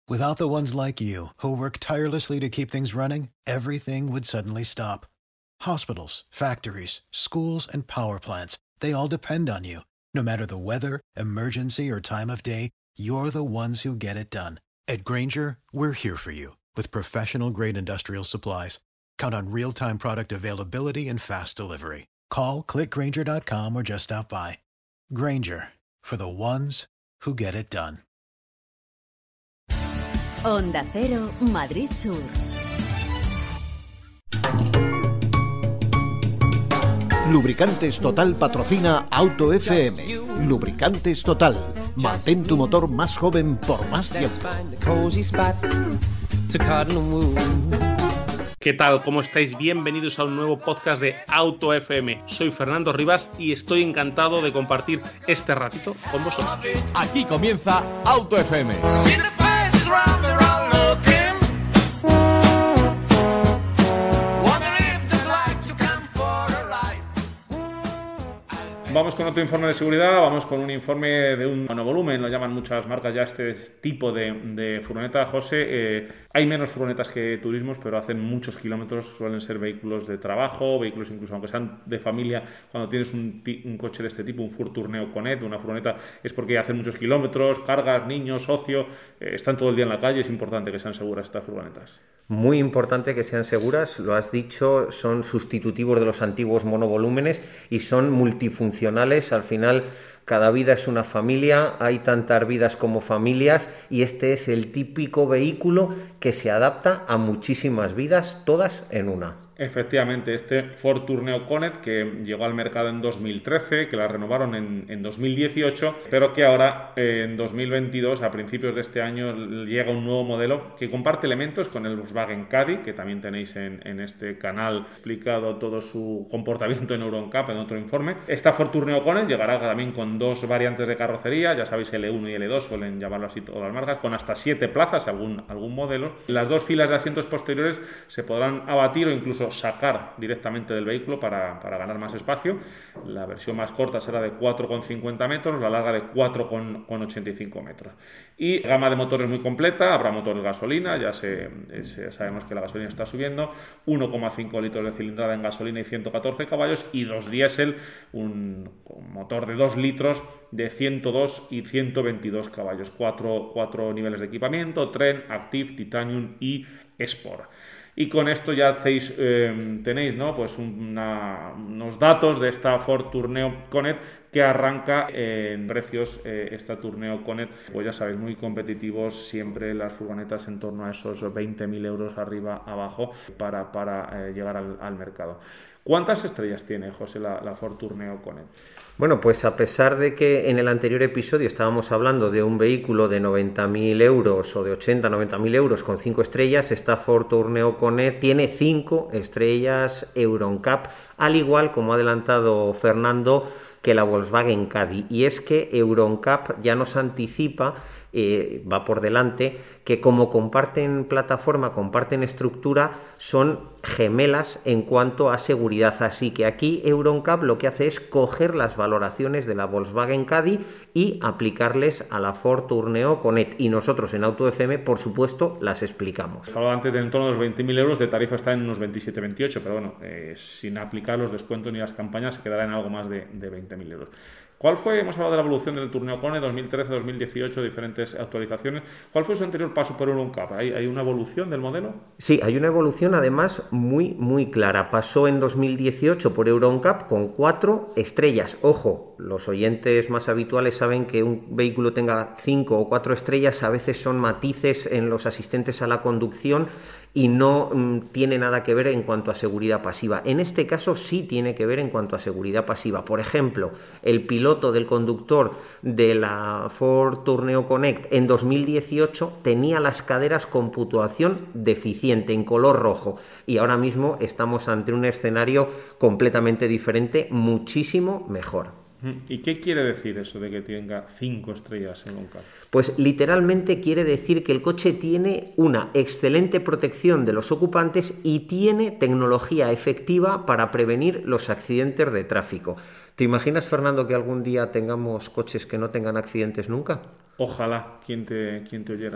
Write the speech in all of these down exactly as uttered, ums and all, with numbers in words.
Without the ones like you, who work tirelessly to keep things running, everything would suddenly stop. Hospitals, factories, schools, and power plants, they all depend on you. No matter the weather, emergency, or time of day, you're the ones who get it done. At Grainger, we're here for you with professional-grade industrial supplies. Count on real-time product availability and fast delivery. Call, click grainger dot com, or just stop by. Grainger, for the ones who get it done. Onda Cero, Madrid Sur. Lubricantes Total patrocina Auto F M. Lubricantes Total. Mantén tu motor más joven por más tiempo. ¿Qué tal? ¿Cómo estáis? Bienvenidos a un nuevo podcast de Auto F M. Soy Fernando Rivas y estoy encantado de compartir este ratito con vosotros. Aquí comienza Auto F M. Vamos con otro informe de seguridad, vamos con un informe de un monovolumen, lo llaman muchas marcas ya este tipo de, de furgoneta. José, eh, hay menos furgonetas que turismos, pero hacen muchos kilómetros, suelen ser vehículos de trabajo, vehículos incluso aunque sean de familia. Cuando tienes un, un coche de este tipo, un Ford Tourneo Connect, una furgoneta, es porque hacen muchos kilómetros, cargas, niños, ocio, eh, están todo el día en la calle, es importante que sean seguras estas furgonetas. Muy importante que sean seguras, lo has dicho, son sustitutivos de los antiguos monovolúmenes y son multifuncionales. Al final, cada vida es una familia, hay tantas vidas como familias y este es el típico vehículo que se adapta a muchísimas vidas, todas en una. Efectivamente, este Ford Tourneo Connect que llegó al mercado en dos mil trece, que la renovaron en, en dos mil dieciocho, pero que ahora eh, en dos mil veintidós, a principios de este año, llega un nuevo modelo que comparte elementos con el Volkswagen Caddy, que también tenéis en, en este canal explicado todo su comportamiento en EuroNCAP en otro informe. Esta Ford Tourneo Connect llegará también con dos variantes de carrocería, ya sabéis, L uno y L dos, suelen llamarlo así todas las marcas, con hasta siete plazas, algún, algún modelo. Las dos filas de asientos posteriores se podrán abatir o incluso sacar directamente del vehículo para, para ganar más espacio. La versión más corta será de cuatro coma cincuenta metros, la larga de cuatro coma ochenta y cinco metros. Y gama de motores muy completa, habrá motores gasolina, ya, se, ya sabemos que la gasolina está subiendo, uno coma cinco litros de cilindrada en gasolina y ciento catorce caballos, y dos diésel, un, un motor de dos litros de ciento dos y ciento veintidós caballos, cuatro, cuatro niveles de equipamiento, Tren, Active, Titanium y Sport. Y con esto ya hacéis, eh, tenéis ¿no? pues una, unos datos de esta Ford Tourneo Connect que arranca en precios, eh, esta Tourneo Connect, pues ya sabéis, muy competitivos, siempre las furgonetas en torno a esos veinte mil euros arriba, abajo, para, para eh, llegar al, al mercado. ¿Cuántas estrellas tiene, José, la, la Ford Tourneo Connect? Bueno, pues a pesar de que en el anterior episodio estábamos hablando de un vehículo de noventa mil euros o de ochenta, noventa mil euros con cinco estrellas, esta Ford Tourneo Connect tiene cinco estrellas EuroNCAP, al igual, como ha adelantado Fernando, que la Volkswagen Caddy. Y es que EuroNCAP ya nos anticipa, eh, va por delante, que como comparten plataforma, comparten estructura, son gemelas en cuanto a seguridad. Así que aquí EuroNCAP lo que hace es coger las valoraciones de la Volkswagen Caddy y aplicarles a la Ford Tourneo Connect. Y nosotros en Auto F M, por supuesto, las explicamos. Hablaba antes de en torno a los veinte mil euros, de tarifa está en unos veintisiete, veintiocho, pero bueno, eh, sin aplicar los descuentos ni las campañas se quedará en algo más de, de veinte mil euros. ¿Cuál fue, hemos hablado de la evolución del Tourneo Connect dos mil trece, dos mil dieciocho, diferentes actualizaciones? ¿Cuál fue su anterior paso por EuroNCAP? ¿Hay, ¿Hay una evolución del modelo? Sí, hay una evolución además muy, muy clara. Pasó en dos mil dieciocho por EuroNCAP con cuatro estrellas. Ojo, los oyentes más habituales saben que un vehículo tenga cinco o cuatro estrellas a veces son matices en los asistentes a la conducción y no mm, tiene nada que ver en cuanto a seguridad pasiva. En este caso sí tiene que ver en cuanto a seguridad pasiva. Por ejemplo, el piloto del conductor de la Ford Tourneo Connect en dos mil dieciocho tenía las caderas con puntuación deficiente, en color rojo, y ahora mismo estamos ante un escenario completamente diferente, muchísimo mejor. ¿Y qué quiere decir eso de que tenga cinco estrellas en un carro? Pues literalmente quiere decir que el coche tiene una excelente protección de los ocupantes y tiene tecnología efectiva para prevenir los accidentes de tráfico. ¿Te imaginas, Fernando, que algún día tengamos coches que no tengan accidentes nunca? Ojalá, quien te, quien te oyera.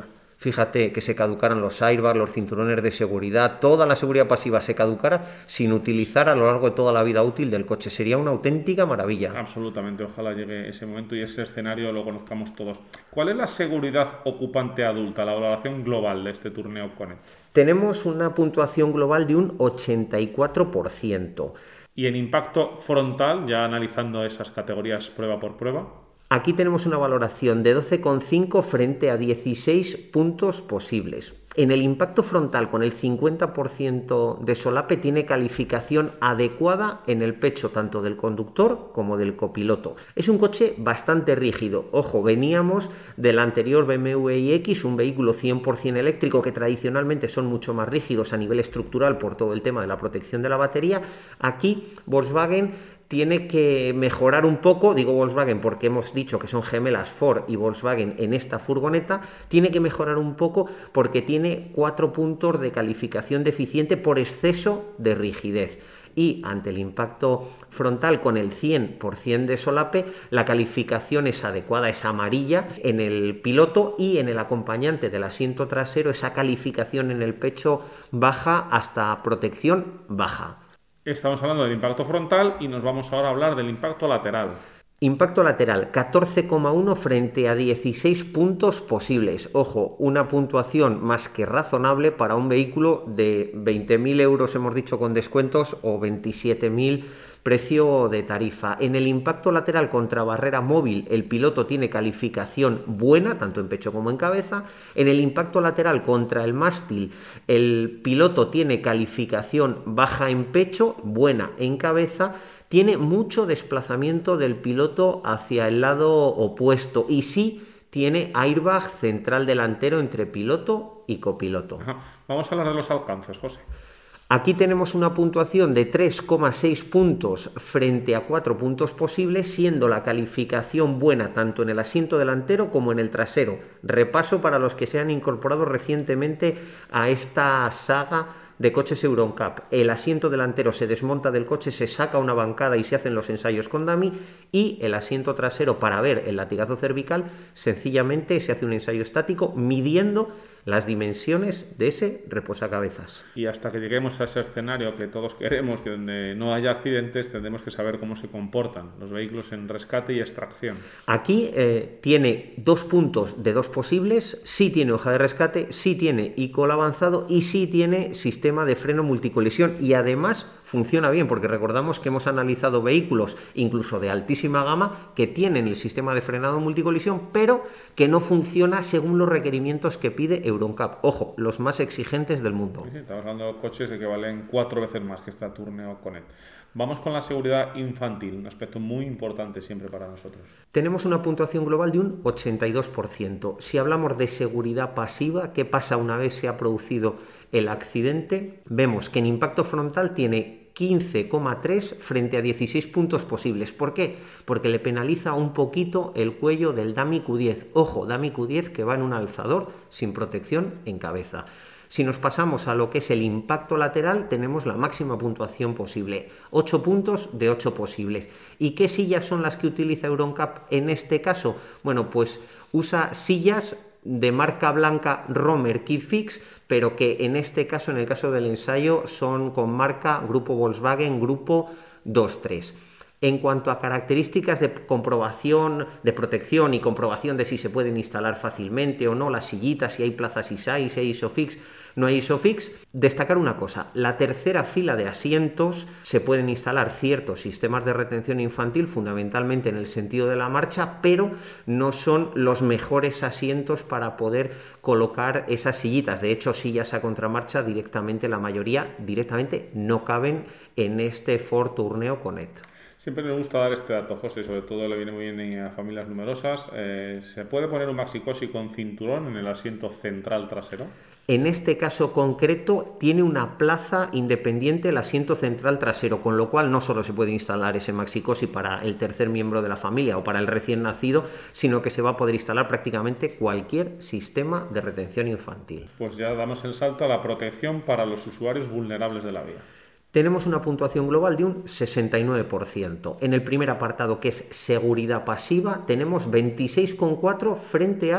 Fíjate que se caducaran los airbags, los cinturones de seguridad, toda la seguridad pasiva se caducara sin utilizar a lo largo de toda la vida útil del coche. Sería una auténtica maravilla. Absolutamente, ojalá llegue ese momento y ese escenario lo conozcamos todos. ¿Cuál es la seguridad ocupante adulta, la valoración global de este Tourneo Connect? Tenemos una puntuación global de un ochenta y cuatro por ciento. ¿Y en impacto frontal, ya analizando esas categorías prueba por prueba? Aquí tenemos una valoración de doce coma cinco frente a dieciséis puntos posibles. En el impacto frontal con el cincuenta por ciento de solape tiene calificación adecuada en el pecho tanto del conductor como del copiloto. Es un coche bastante rígido. Ojo, veníamos del anterior B M W iX, un vehículo cien por ciento eléctrico que tradicionalmente son mucho más rígidos a nivel estructural por todo el tema de la protección de la batería. Aquí Volkswagen tiene que mejorar un poco, digo Volkswagen porque hemos dicho que son gemelas Ford y Volkswagen en esta furgoneta, tiene que mejorar un poco porque tiene cuatro puntos de calificación deficiente por exceso de rigidez. Y ante el impacto frontal con el cien por ciento de solape, la calificación es adecuada, es amarilla en el piloto, y en el acompañante del asiento trasero esa calificación en el pecho baja hasta protección baja. Estamos hablando del impacto frontal y nos vamos ahora a hablar del impacto lateral. Impacto lateral, catorce coma uno frente a dieciséis puntos posibles. Ojo, una puntuación más que razonable para un vehículo de veinte mil euros, hemos dicho, con descuentos, o veintisiete mil precio de tarifa. En el impacto lateral contra barrera móvil, el piloto tiene calificación buena, tanto en pecho como en cabeza. En el impacto lateral contra el mástil, el piloto tiene calificación baja en pecho, buena en cabeza. Tiene mucho desplazamiento del piloto hacia el lado opuesto y sí tiene airbag central delantero entre piloto y copiloto. Ajá. Vamos a hablar de los alcances, José. Aquí tenemos una puntuación de tres coma seis puntos frente a cuatro puntos posibles, siendo la calificación buena tanto en el asiento delantero como en el trasero. Repaso para los que se han incorporado recientemente a esta saga de coches Euroncap. El asiento delantero se desmonta del coche, se saca una bancada y se hacen los ensayos con dummy, y el asiento trasero, para ver el latigazo cervical, sencillamente se hace un ensayo estático midiendo las dimensiones de ese reposacabezas. Y hasta que lleguemos a ese escenario que todos queremos, que donde no haya accidentes, tendremos que saber cómo se comportan los vehículos en rescate y extracción. Aquí eh, tiene dos puntos de dos posibles, sí tiene hoja de rescate, sí tiene e-call avanzado y sí tiene sistema de freno multicolisión, y además funciona bien, porque recordamos que hemos analizado vehículos incluso de altísima gama que tienen el sistema de frenado multicolisión, pero que no funciona según los requerimientos que pide Euroncap. Ojo, los más exigentes del mundo. Sí, sí, estamos hablando de coches que valen cuatro veces más que esta Tourneo Connect. Vamos con la seguridad infantil, un aspecto muy importante siempre para nosotros. Tenemos una puntuación global de un ochenta y dos por ciento. Si hablamos de seguridad pasiva, ¿qué pasa una vez se ha producido el accidente? Vemos que en impacto frontal tiene quince coma tres frente a dieciséis puntos posibles. ¿Por qué? Porque le penaliza un poquito el cuello del Dummy Q diez. Ojo, Dummy Q diez que va en un alzador sin protección en cabeza. Si nos pasamos a lo que es el impacto lateral, tenemos la máxima puntuación posible, ocho puntos de ocho posibles. ¿Y qué sillas son las que utiliza Euroncap en este caso? Bueno, pues usa sillas de marca blanca Romer Kidfix, pero que en este caso, en el caso del ensayo, son con marca Grupo Volkswagen, Grupo dos tres. En cuanto a características de comprobación, de protección y comprobación de si se pueden instalar fácilmente o no las sillitas, si hay plazas I S A I, si hay ISOFIX, no hay ISOFIX, destacar una cosa: la tercera fila de asientos se pueden instalar ciertos sistemas de retención infantil, fundamentalmente en el sentido de la marcha, pero no son los mejores asientos para poder colocar esas sillitas. De hecho, sillas a contramarcha directamente, la mayoría directamente no caben en este Ford Tourneo Connect. Siempre me gusta dar este dato, José, sobre todo le viene muy bien a familias numerosas. Eh, ¿Se puede poner un maxi-cosi con cinturón en el asiento central trasero? En este caso concreto tiene una plaza independiente el asiento central trasero, con lo cual no solo se puede instalar ese maxi-cosi para el tercer miembro de la familia o para el recién nacido, sino que se va a poder instalar prácticamente cualquier sistema de retención infantil. Pues ya damos el salto a la protección para los usuarios vulnerables de la vía. Tenemos una puntuación global de un sesenta y nueve por ciento. En el primer apartado, que es seguridad pasiva, tenemos veintiséis coma cuatro frente a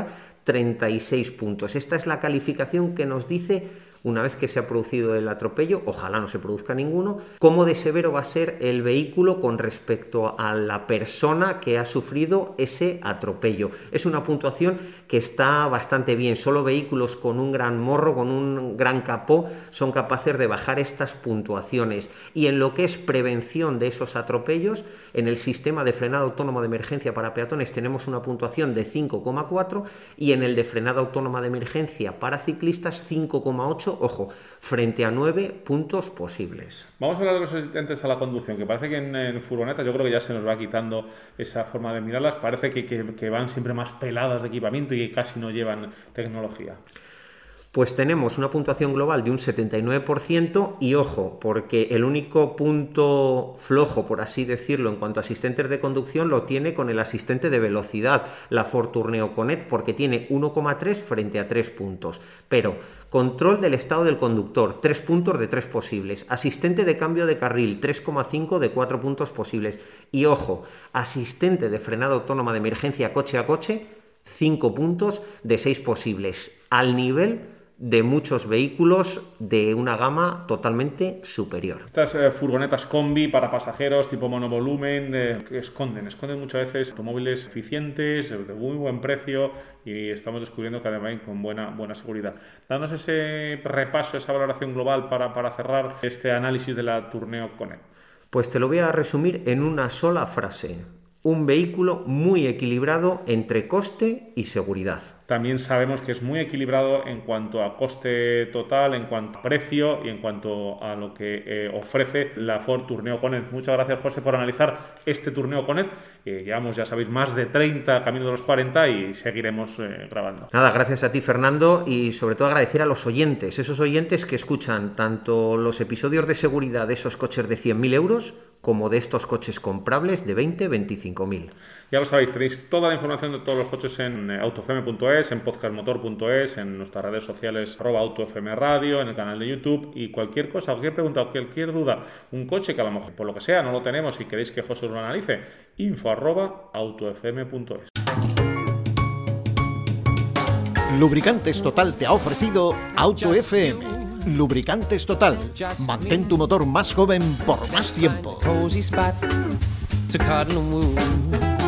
treinta y seis puntos. Esta es la calificación que nos dice, una vez que se ha producido el atropello, ojalá no se produzca ninguno, cómo de severo va a ser el vehículo con respecto a la persona que ha sufrido ese atropello. Es una puntuación que está bastante bien. Solo vehículos con un gran morro, con un gran capó, son capaces de bajar estas puntuaciones. Y en lo que es prevención de esos atropellos, en el sistema de frenado autónomo de emergencia para peatones tenemos una puntuación de cinco coma cuatro y en el de frenada autónoma de emergencia para ciclistas cinco coma ocho. Ojo, frente a nueve puntos posibles. Vamos a hablar de los asistentes a la conducción, que parece que en, en furgonetas yo creo que ya se nos va quitando esa forma de mirarlas. Parece que, que, que van siempre más peladas de equipamiento y que casi no llevan tecnología. Pues tenemos una puntuación global de un setenta y nueve por ciento y ojo, porque el único punto flojo, por así decirlo, en cuanto a asistentes de conducción lo tiene con el asistente de velocidad, la Ford Tourneo Connect, porque tiene uno coma tres frente a tres puntos. Pero control del estado del conductor, tres puntos de tres posibles. Asistente de cambio de carril, tres coma cinco de cuatro puntos posibles. Y ojo, asistente de frenada autónoma de emergencia coche a coche, cinco puntos de seis posibles. Al nivel de muchos vehículos de una gama totalmente superior. Estas eh, furgonetas combi para pasajeros tipo monovolumen eh, que esconden, esconden muchas veces automóviles eficientes, de muy buen precio y estamos descubriendo que además con buena, buena seguridad. Danos ese repaso, esa valoración global para, para cerrar este análisis de la Tourneo Connect. Pues te lo voy a resumir en una sola frase. Un vehículo muy equilibrado entre coste y seguridad. También sabemos que es muy equilibrado en cuanto a coste total, en cuanto a precio y en cuanto a lo que eh, ofrece la Ford Tourneo Connect. Muchas gracias, José, por analizar este Tourneo Connect. Eh, llevamos, ya sabéis, más de treinta, camino de los cuarenta y seguiremos eh, grabando. Nada, gracias a ti, Fernando, y sobre todo agradecer a los oyentes, esos oyentes que escuchan tanto los episodios de seguridad de esos coches de cien mil euros como de estos coches comprables de veinte, veinticinco mil. Ya lo sabéis, tenéis toda la información de todos los coches en autofm punto es, en podcastmotor punto es, en nuestras redes sociales arroba autofm radio, en el canal de YouTube y cualquier cosa, cualquier pregunta o cualquier duda, un coche que a lo mejor por lo que sea no lo tenemos y queréis que José lo analice, info arroba autofm punto es. Lubricantes Total te ha ofrecido Auto F M. Lubricantes Total. Mantén tu motor más joven por más tiempo. To cuddle and woo.